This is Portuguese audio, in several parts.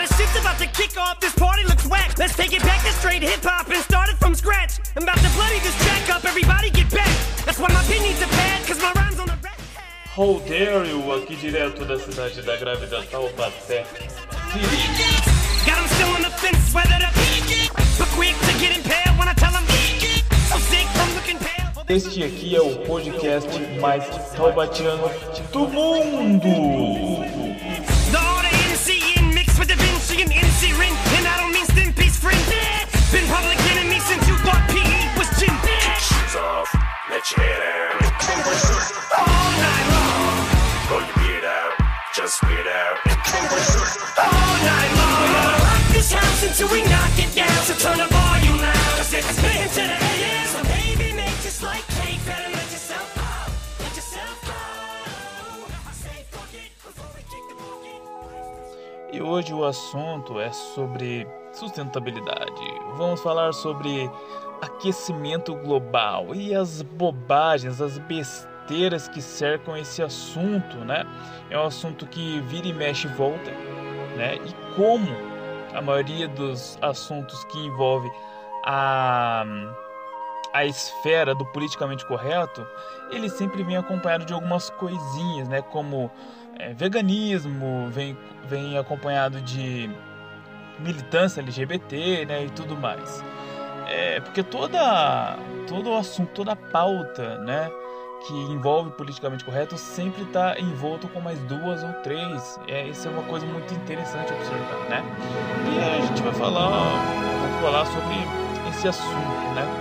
shit's about to kick off, this party looks whack. Let's take it back to straight hip-hop and start it from scratch. I'm about to bloody this track up, everybody get back. That's why my pin needs a pad, cause my rhymes on the rap. How dare you, aqui direto da cidade da grávida Taubaté. Got 'em still on the fence, whether the but quick to get impaled when I tell 'em so sick from looking pale. Este aqui é o podcast mais taubatiano do mundo. The order NC in mixed with the Vinci and NC Rin. And I don't mean Stimpy's friend. Been public enemy since you thought PE was gym. Shoes off, let your head out. All night long, Pull your beard out, just weird out. all night long. We're gonna rock this house until we knock it down. So turn the volume loud. It's spin to the AM. So baby, make just like cake. Better let yourself go. Let yourself go. I say fuck it before we kick the bucket. E hoje o assunto é sobre sustentabilidade. Vamos falar sobre aquecimento global e as bobagens, as besteiras que cercam esse assunto, né? É um assunto que vira e mexe e volta, né? E como a maioria dos assuntos que envolve a esfera do politicamente correto, ele sempre vem acompanhado de algumas coisinhas, né? Como veganismo, vem acompanhado de militância LGBT, né? E tudo mais. Porque todo o assunto, toda a pauta, né, que envolve politicamente correto sempre está envolto com mais duas ou três. Isso é uma coisa muito interessante observar, né? E a gente vai falar sobre esse assunto, né?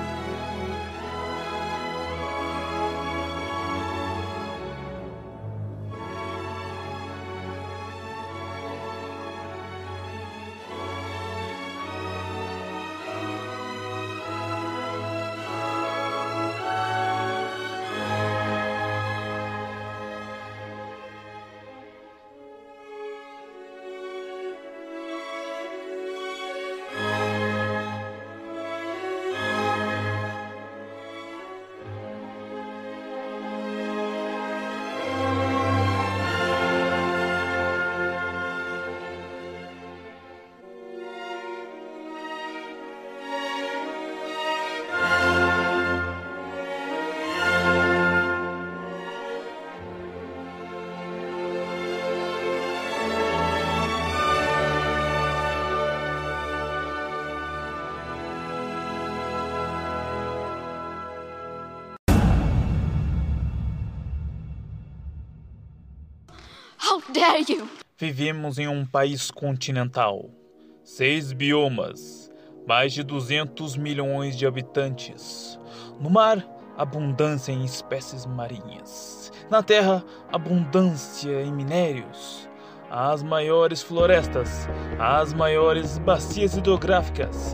How dare you! Vivemos em um país continental, 6 biomas, mais de 200 milhões de habitantes. No mar, abundância em espécies marinhas. Na terra, abundância em minérios. As maiores florestas, as maiores bacias hidrográficas,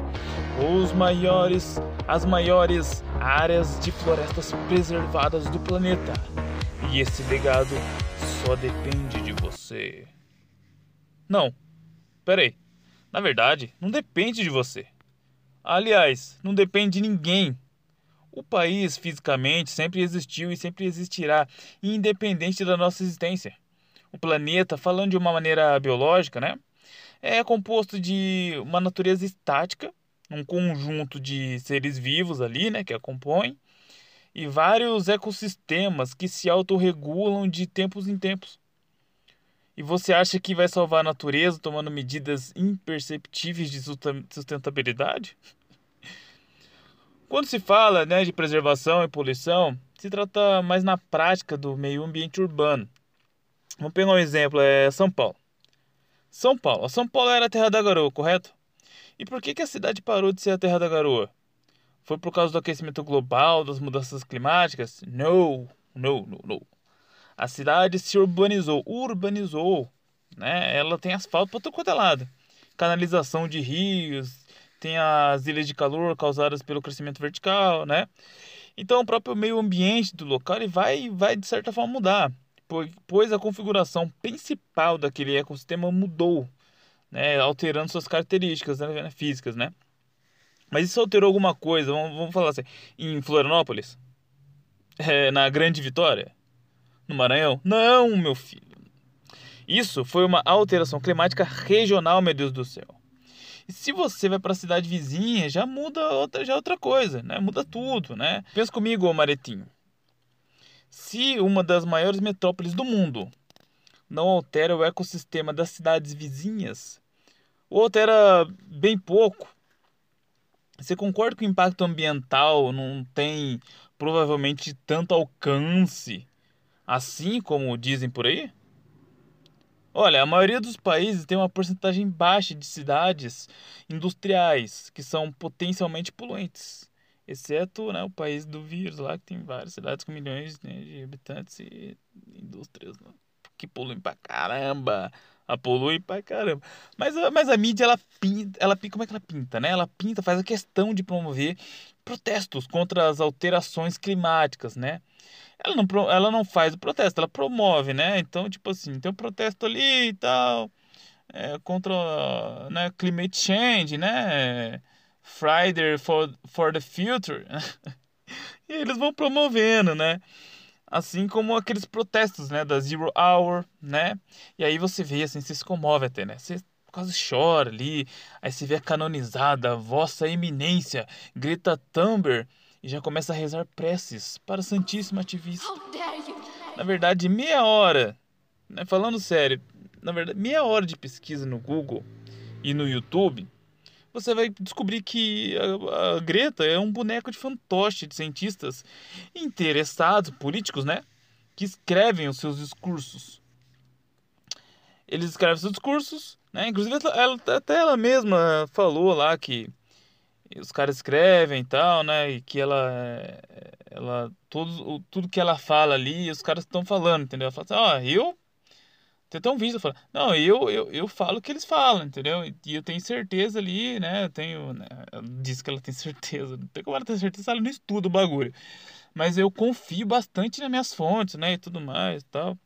as maiores áreas de florestas preservadas do planeta. E esse legado só depende de você. Não, peraí. Na verdade, não depende de você. Aliás, não depende de ninguém. O país, fisicamente, sempre existiu e sempre existirá, independente da nossa existência. O planeta, falando de uma maneira biológica, né, é composto de uma natureza estática, um conjunto de seres vivos ali, né, que a compõem, e vários ecossistemas que se autorregulam de tempos em tempos. E você acha que vai salvar a natureza tomando medidas imperceptíveis de sustentabilidade? Quando se fala, né, de preservação e poluição, se trata mais na prática do meio ambiente urbano. Vamos pegar um exemplo, São Paulo. São Paulo era a terra da garoa, correto? E por que a cidade parou de ser a terra da garoa? Foi por causa do aquecimento global, das mudanças climáticas? Não. A cidade se urbanizou, né? Ela tem asfalto para todo quanto é lado. Canalização de rios, tem as ilhas de calor causadas pelo crescimento vertical, né? Então o próprio meio ambiente do local ele vai de certa forma mudar, pois a configuração principal daquele ecossistema mudou, né? Alterando suas características, né, físicas, né? Mas isso alterou alguma coisa, vamos falar assim, em Florianópolis? Na Grande Vitória? No Maranhão? Não, meu filho. Isso foi uma alteração climática regional, meu Deus do céu. E se você vai para a cidade vizinha, já muda outra coisa, né? Muda tudo, né? Pensa comigo, ô Maretinho. Se uma das maiores metrópoles do mundo não altera o ecossistema das cidades vizinhas, ou altera bem pouco, você concorda que o impacto ambiental não tem provavelmente tanto alcance assim como dizem por aí? Olha, a maioria dos países tem uma porcentagem baixa de cidades industriais que são potencialmente poluentes, exceto, né, o país do vírus lá, que tem várias cidades com milhões, né, de habitantes e indústrias, né, que poluem pra caramba. Poluem pra caramba. Mas a mídia, como é que ela pinta, né? Ela pinta, faz a questão de promover protestos contra as alterações climáticas, né? Ela não faz o protesto, ela promove, né? Então, tipo assim, tem um protesto ali e tal, contra, né, climate change, né? Friday for the Future. E eles vão promovendo, né? Assim como aqueles protestos, né, da Zero Hour, né? E aí você vê, assim, você se comove até, né? Você quase chora ali, aí você vê a canonizada, Vossa Eminência, Greta Thunberg, e já começa a rezar preces para a Santíssima Ativista. How dare you? Na verdade, meia hora, né, falando sério, na verdade, meia hora de pesquisa no Google e no YouTube, você vai descobrir que a Greta é um boneco de fantoche de cientistas interessados, políticos, né? Que escrevem os seus discursos. Eles escrevem seus discursos, né? Inclusive, até ela mesma falou lá que os caras escrevem e tal, né? E que tudo que ela fala ali, os caras estão falando, entendeu? Ela fala assim, tem até um vídeo falando, não, eu falo o que eles falam, entendeu? E eu tenho certeza ali, né? Ela diz que ela tem certeza. Não tem como ela ter certeza, ela não estuda o bagulho. Mas eu confio bastante nas minhas fontes, né? E tudo mais e tal.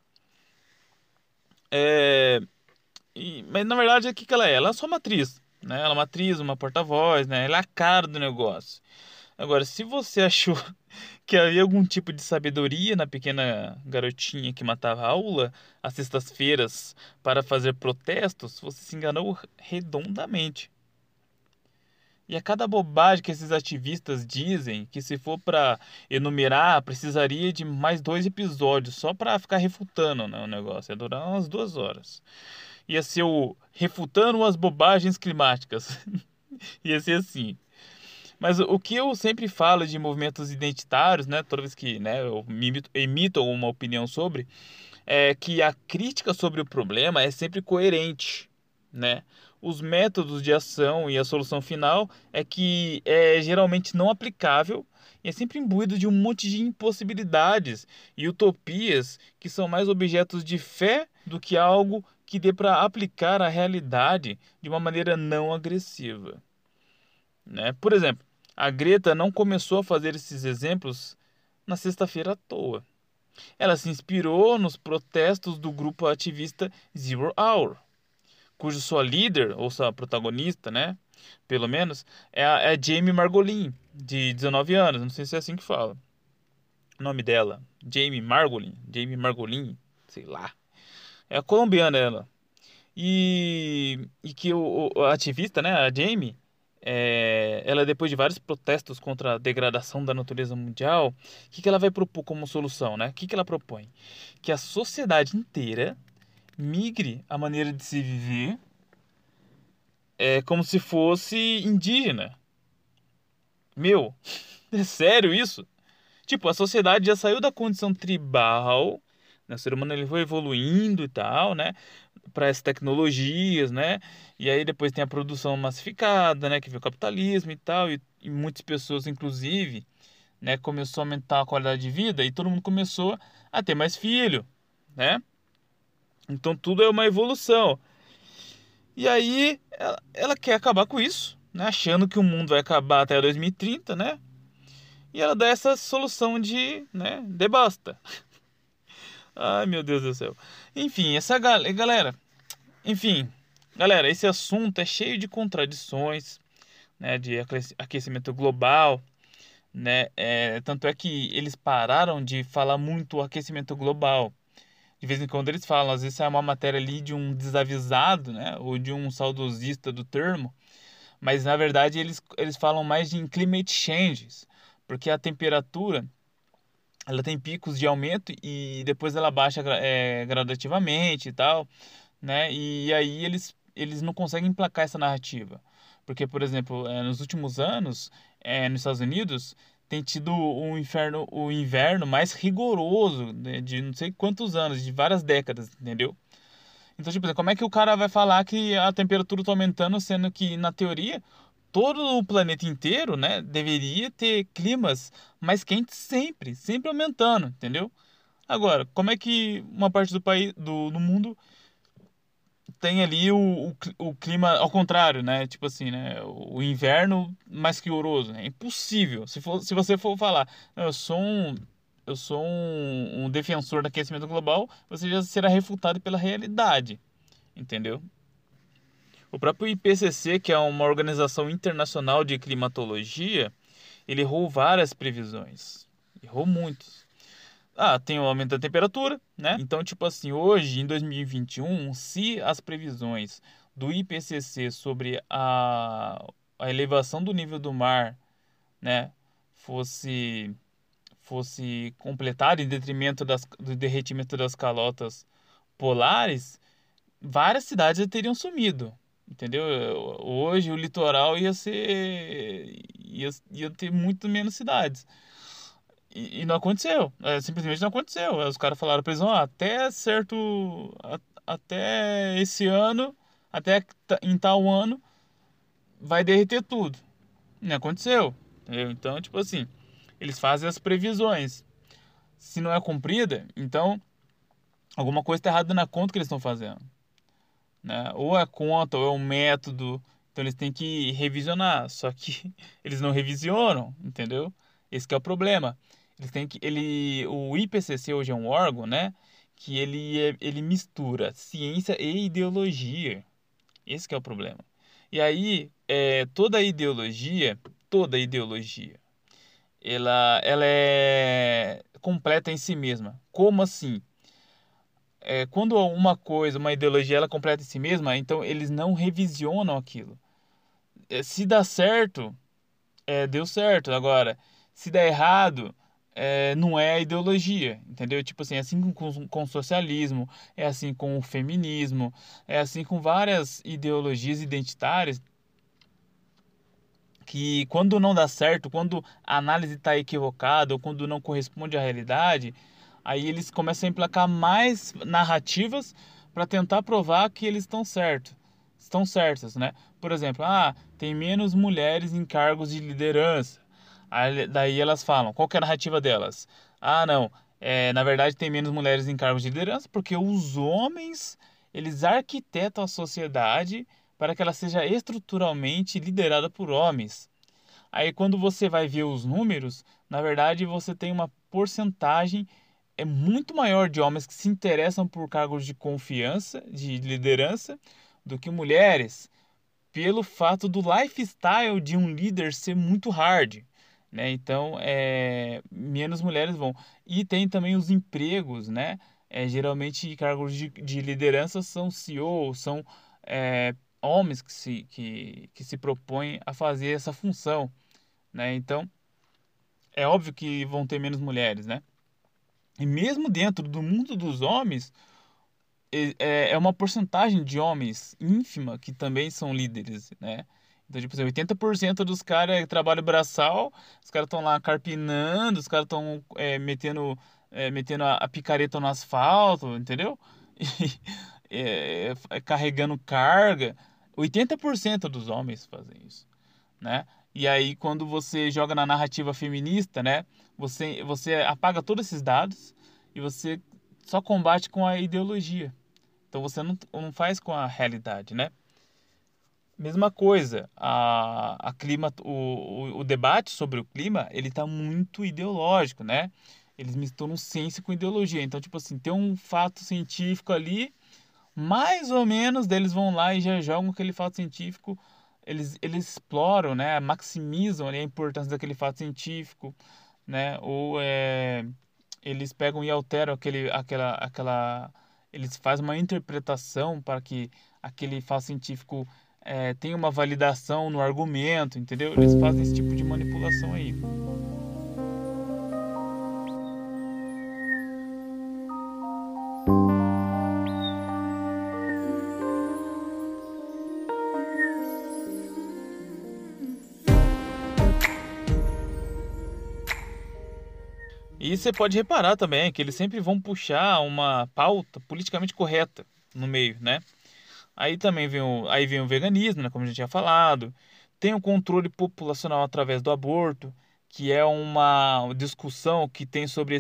Mas na verdade, o que ela é? Ela é só uma atriz, né? Ela é uma atriz, uma porta-voz, né? Ela é a cara do negócio. Agora, se você achou que havia algum tipo de sabedoria na pequena garotinha que matava a aula às sextas-feiras para fazer protestos, você se enganou redondamente. E a cada bobagem que esses ativistas dizem, que se for para enumerar, precisaria de mais 2 episódios só para ficar refutando, né, o negócio. Ia durar umas 2 horas. Ia ser o refutando as bobagens climáticas. Ia ser assim. Mas o que eu sempre falo de movimentos identitários, né, toda vez que, né, eu emito uma opinião sobre, é que a crítica sobre o problema é sempre coerente, né? Os métodos de ação e a solução final é que é geralmente não aplicável e é sempre imbuído de um monte de impossibilidades e utopias que são mais objetos de fé do que algo que dê para aplicar a realidade de uma maneira não agressiva, né? Por exemplo, a Greta não começou a fazer esses exemplos na sexta-feira à toa. Ela se inspirou nos protestos do grupo ativista Zero Hour, cujo sua líder, ou sua protagonista, né, pelo menos, é a Jamie Margolin, de 19 anos, não sei se é assim que fala. O nome dela, Jamie Margolin, sei lá. É a colombiana ela. E que a ativista, né, a Jamie, ela depois de vários protestos contra a degradação da natureza mundial, o que ela vai propor como solução, né? O que ela propõe? Que a sociedade inteira migre a maneira de se viver como se fosse indígena. Meu, é sério isso? Tipo, a sociedade já saiu da condição tribal, né? O ser humano ele foi evoluindo e tal, né? Para as tecnologias, né? E aí depois tem a produção massificada, né? Que veio o capitalismo e tal, e muitas pessoas, inclusive, né? Começou a aumentar a qualidade de vida e todo mundo começou a ter mais filho, né? Então tudo é uma evolução. E aí ela quer acabar com isso, né? Achando que o mundo vai acabar até 2030, né? E ela dá essa solução de, né? De basta. Ai, meu Deus do céu. Enfim, galera, esse assunto é cheio de contradições, né, de aquecimento global, né, tanto é que eles pararam de falar muito o aquecimento global, De vez em quando eles falam, às vezes é uma matéria ali de um desavisado, né? Ou de um saudosista do termo, mas na verdade eles falam mais de climate changes, porque a temperatura ela tem picos de aumento e depois ela baixa gradativamente e tal, né? E aí eles não conseguem emplacar essa narrativa. Porque, por exemplo, nos últimos anos, nos Estados Unidos, tem tido o inverno mais rigoroso, né, de não sei quantos anos, de várias décadas, entendeu? Então, tipo, como é que o cara vai falar que a temperatura está aumentando, sendo que, na teoria, todo o planeta inteiro, né, deveria ter climas mais quentes sempre, sempre aumentando, entendeu? Agora, como é que uma parte do país, do mundo tem ali o clima ao contrário, né? Tipo assim, né? O inverno mais rigoroso, né? É impossível. Se você for falar, "Não, eu sou um defensor do aquecimento global", você já será refutado pela realidade, entendeu? O próprio IPCC, que é uma organização internacional de climatologia, ele errou várias previsões. Errou muitos. Tem o aumento da temperatura, né? Então, tipo assim, hoje, em 2021, se as previsões do IPCC sobre a elevação do nível do mar, né, fosse completada em detrimento do derretimento das calotas polares, várias cidades já teriam sumido, entendeu? Hoje o litoral ia ter muito menos cidades. E não aconteceu, simplesmente não aconteceu. Aí os caras falaram pra eles, até certo, até esse ano, até em tal ano, vai derreter tudo. Não aconteceu, entendeu? Então, tipo assim, eles fazem as previsões. Se não é cumprida, então alguma coisa está errada na conta que eles estão fazendo, né? Ou é conta, ou é um método. Então eles têm que revisionar. Só que eles não revisionam, entendeu? Esse que é o problema. O IPCC hoje é um órgão, né? Que ele mistura ciência e ideologia. Esse que é o problema. E aí, toda ideologia, ela é completa em si mesma. Como assim? Quando uma ideologia, ela completa em si mesma, então eles não revisionam aquilo. Se dá certo, deu certo. Agora, se der errado, não é a ideologia, entendeu? Tipo assim, é assim com o socialismo, é assim com o feminismo, é assim com várias ideologias identitárias que quando não dá certo, quando a análise está equivocada ou quando não corresponde à realidade, aí eles começam a emplacar mais narrativas para tentar provar que eles estão certas, né? Por exemplo, tem menos mulheres em cargos de liderança. Aí, daí elas falam, qual que é a narrativa delas? Não, na verdade tem menos mulheres em cargos de liderança porque os homens, eles arquitetam a sociedade para que ela seja estruturalmente liderada por homens. Aí quando você vai ver os números, na verdade você tem uma porcentagem muito maior de homens que se interessam por cargos de confiança, de liderança, do que mulheres, pelo fato do lifestyle de um líder ser muito hard, né? Então, menos mulheres vão. E tem também os empregos, né? Geralmente cargos de liderança são CEO, são homens que se propõem a fazer essa função, né? Então, é óbvio que vão ter menos mulheres, né? E mesmo dentro do mundo dos homens, é uma porcentagem de homens ínfima que também são líderes, né? Então, tipo assim, 80% dos caras é trabalho braçal, os caras estão lá carpinando, os caras estão metendo a picareta no asfalto, entendeu? Carregando carga. 80% dos homens fazem isso, né? E aí, quando você joga na narrativa feminista, né? Você apaga todos esses dados e você só combate com a ideologia. Então você não faz com a realidade, né? Mesma coisa, o debate sobre o clima, ele tá muito ideológico, né? Eles misturam ciência com ideologia. Então, tipo assim, tem um fato científico ali, mais ou menos, daí eles vão lá e já jogam aquele fato científico, eles exploram, né? Maximizam ali a importância daquele fato científico, né? Ou eles pegam e alteram eles fazem uma interpretação para que aquele fato científico tenha uma validação no argumento, entendeu? Eles fazem esse tipo de manipulação aí. E você pode reparar também que eles sempre vão puxar uma pauta politicamente correta no meio, né? Aí também vem o veganismo, né, como a gente tinha falado. Tem o controle populacional através do aborto, que é uma discussão que tem sobre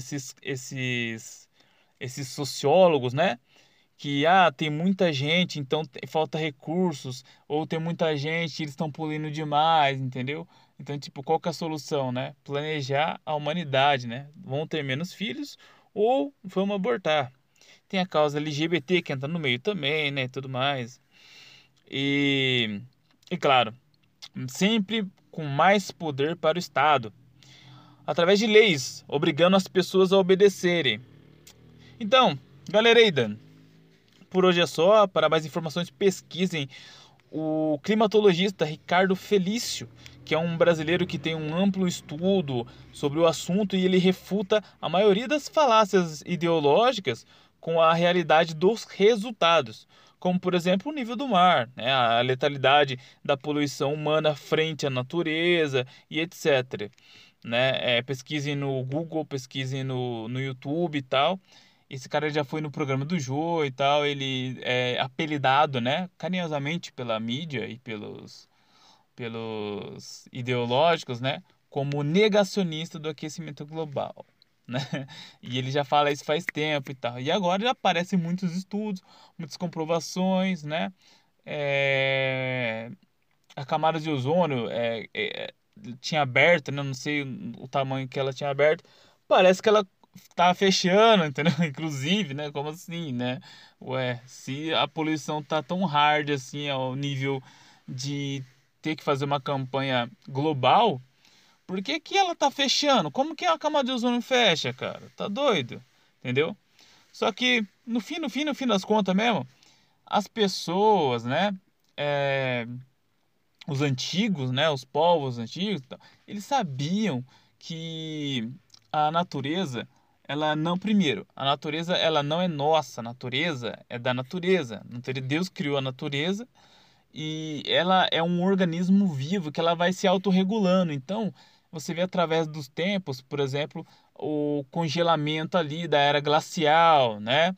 esses sociólogos, né? Que tem muita gente, então falta recursos, ou tem muita gente, eles estão poluindo demais, entendeu? Então, tipo, qual que é a solução, né? Planejar a humanidade, né? Vão ter menos filhos ou vamos abortar. Tem a causa LGBT que entra no meio também, né? Tudo mais. E claro, sempre com mais poder para o Estado, através de leis, obrigando as pessoas a obedecerem. Então, galereida, por hoje é só. Para mais informações, pesquisem o climatologista Ricardo Felício, que é um brasileiro que tem um amplo estudo sobre o assunto e ele refuta a maioria das falácias ideológicas com a realidade dos resultados, como por exemplo o nível do mar, né, a letalidade da poluição humana frente à natureza e etc. Né? Pesquisem no Google, pesquisem no YouTube e tal. Esse cara já foi no programa do Jô e tal, ele é apelidado, né, carinhosamente pela mídia e pelos ideológicos, né, como negacionista do aquecimento global, né? E ele já fala isso faz tempo e tal. E agora já aparecem muitos estudos, muitas comprovações, né? A camada de ozônio tinha aberto, né? Não sei o tamanho que ela tinha aberto. Parece que ela tá fechando, entendeu? Inclusive, né? Como assim, né? Ué, se a poluição tá tão hard assim ao nível de ter que fazer uma campanha global, por que que ela tá fechando? Como que a camada de ozônio fecha, cara? Tá doido, entendeu? Só que no fim das contas mesmo, as pessoas, né? Os antigos, né? Os povos antigos, eles sabiam que a natureza, ela não, primeiro, a natureza ela não é nossa, a natureza é da natureza. Deus criou a natureza e ela é um organismo vivo que ela vai se autorregulando. Então, você vê através dos tempos, por exemplo, o congelamento ali da era glacial, né?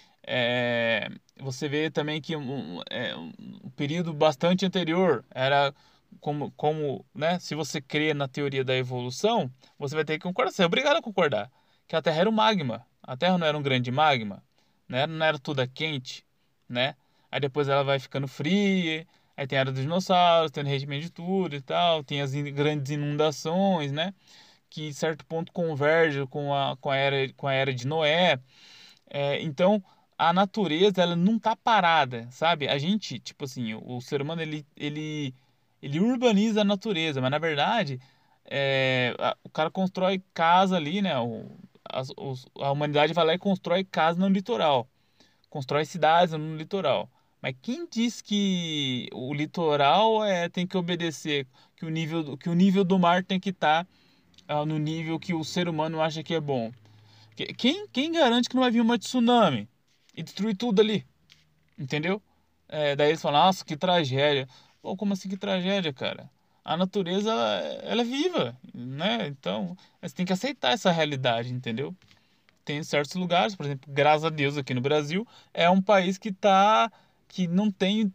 Você vê também que um período bastante anterior era como, né? Se você crê na teoria da evolução, você vai ter que concordar, você é obrigado a concordar que a Terra era um magma. A Terra não era um grande magma, né? Não era toda quente, né? Aí depois ela vai ficando fria, aí tem a era dos dinossauros, tem o regimento de tudo e tal, tem as grandes inundações, né? Que em certo ponto converge com a era de Noé. Então, a natureza, ela não tá parada, sabe? A gente, tipo assim, o ser humano, ele urbaniza a natureza, mas na verdade, o cara constrói casa ali, né? A humanidade vai lá e constrói casa no litoral, constrói cidades no litoral. Mas quem diz que o litoral tem que obedecer, que o nível do mar tem que estar no nível que o ser humano acha que é bom? Quem garante que não vai vir uma tsunami e destruir tudo ali? Entendeu? Daí eles falam, nossa, que tragédia. Pô, como assim que tragédia, cara? A natureza, ela é viva, né? Então, você tem que aceitar essa realidade, entendeu? Tem certos lugares, por exemplo, graças a Deus aqui no Brasil, é um país que não tem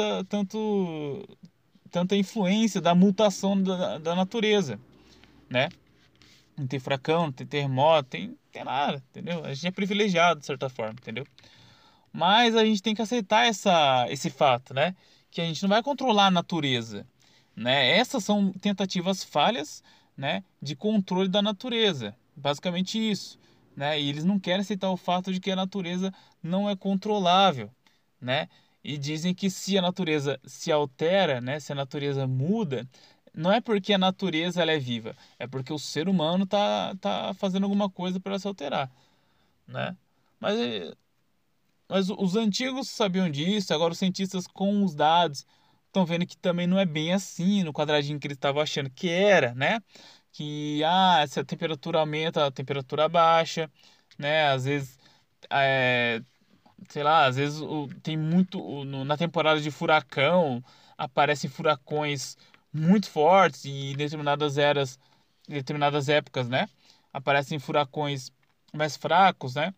tanta influência da mutação da natureza, né? Não tem furacão, não tem terremoto, tem nada, entendeu? A gente é privilegiado de certa forma, entendeu? Mas a gente tem que aceitar esse fato, né? Que a gente não vai controlar a natureza, né? Essas são tentativas falhas, né, de controle da natureza, basicamente isso, né? E eles não querem aceitar o fato de que a natureza não é controlável, né? E dizem que se a natureza se altera, né, se a natureza muda, não é porque a natureza ela é viva, é porque o ser humano tá fazendo alguma coisa para ela se alterar, né? Mas os antigos sabiam disso, agora os cientistas com os dados estão vendo que também não é bem assim, no quadradinho que eles estavam achando que era, né? Que se a temperatura aumenta, a temperatura baixa, né? Às vezes, sei lá, às vezes tem muito, na temporada de furacão, aparecem furacões muito fortes e em determinadas épocas, né? Aparecem furacões mais fracos, né?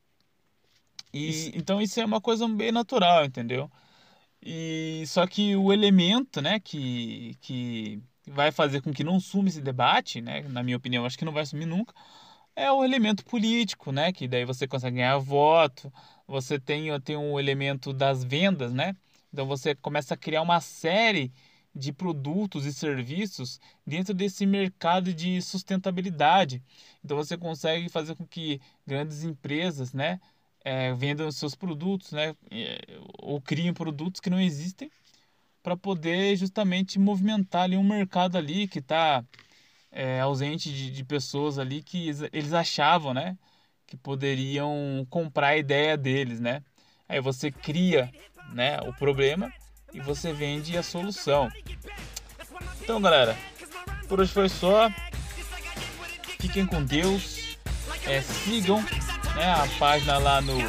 Então isso é uma coisa bem natural, entendeu? E só que o elemento, né, que vai fazer com que não suma esse debate, né, na minha opinião, acho que não vai sumir nunca, é o elemento político, né, que daí você consegue ganhar voto, você tem um elemento das vendas, né, então você começa a criar uma série de produtos e serviços dentro desse mercado de sustentabilidade. Então você consegue fazer com que grandes empresas, né, vendam seus produtos, né, ou criem produtos que não existem para poder justamente movimentar ali um mercado ali que está ausente de pessoas ali que eles achavam, né, que poderiam comprar a ideia deles, né. Aí você cria, né, o problema e você vende a solução. Então, galera, por hoje foi só. Fiquem com Deus. Sigam, né, a página lá no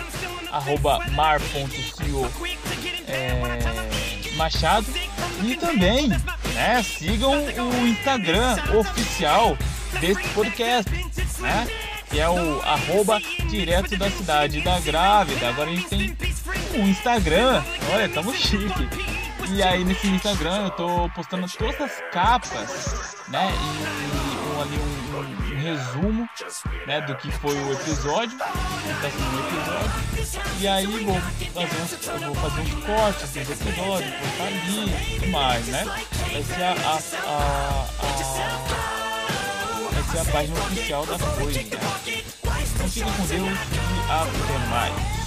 @mar.co Machado. E também, né, sigam o Instagram oficial desse podcast, né, que é o @direto da cidade da grávida. Agora a gente tem um Instagram, olha, tamo chique. E aí nesse Instagram eu tô postando todas as capas, né, e ali um resumo, né, do que foi o episódio, e aí eu vou fazer uns cortes dos episódios, postar ali e tudo mais, né. Vai ser a página oficial da coisa, né? Então fiquem com Deus e até mais.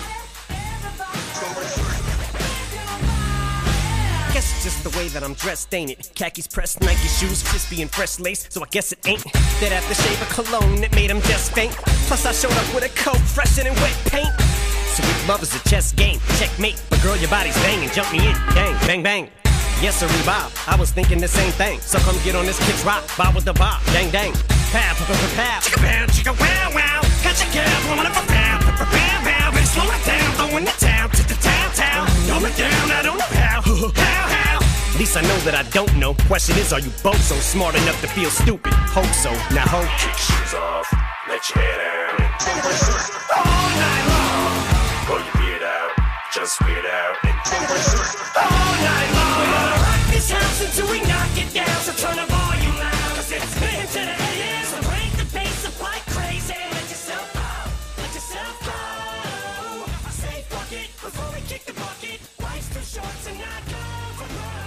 Guess it's just the way that I'm dressed, ain't it? Khakis pressed, Nike shoes, crispy and fresh lace, so I guess it ain't that aftershave of cologne that made him just faint. Plus I showed up with a coat fresher than wet paint. Sweet love is a chess game, checkmate. But girl, your body's banging, jump me in, gang, bang, bang. Yes, sir, Bob, I was thinking the same thing. So come get on this kid's rock, bob with the bob, dang, dang. Pow, pow, pow, pow, chicka pow, chicka wow, wow. Got your girl blowing up a pow, pow, pow, pow. Better slow it down, throwing the town to the town. Throw it down, I don't know how, how. At least I know that I don't know. Question is, are you both so smart enough to feel stupid? Hope so, now ho. Kick shoes off, let your hair down. All night long, Pull your beard out, just weird out. all night long. We're gonna rock this house until we knock it down. So turn the volume loud, 'cause it's into the AM. So crank the bass up like crazy. Let yourself go, let yourself go. I say fuck it before we kick the bucket. Life's too short to not go for broke.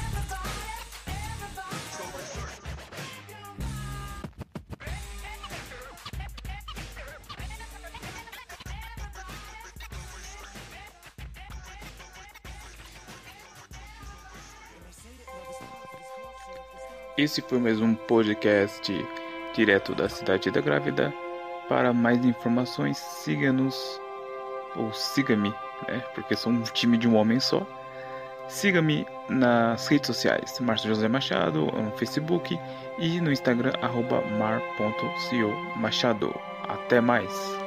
Esse foi mais um podcast direto da cidade da grávida. Para mais informações, siga-nos ou siga-me, né? Porque sou um time de um homem só. Siga-me nas redes sociais, Márcio José Machado, no Facebook e no Instagram @mar.co Machado. Até mais.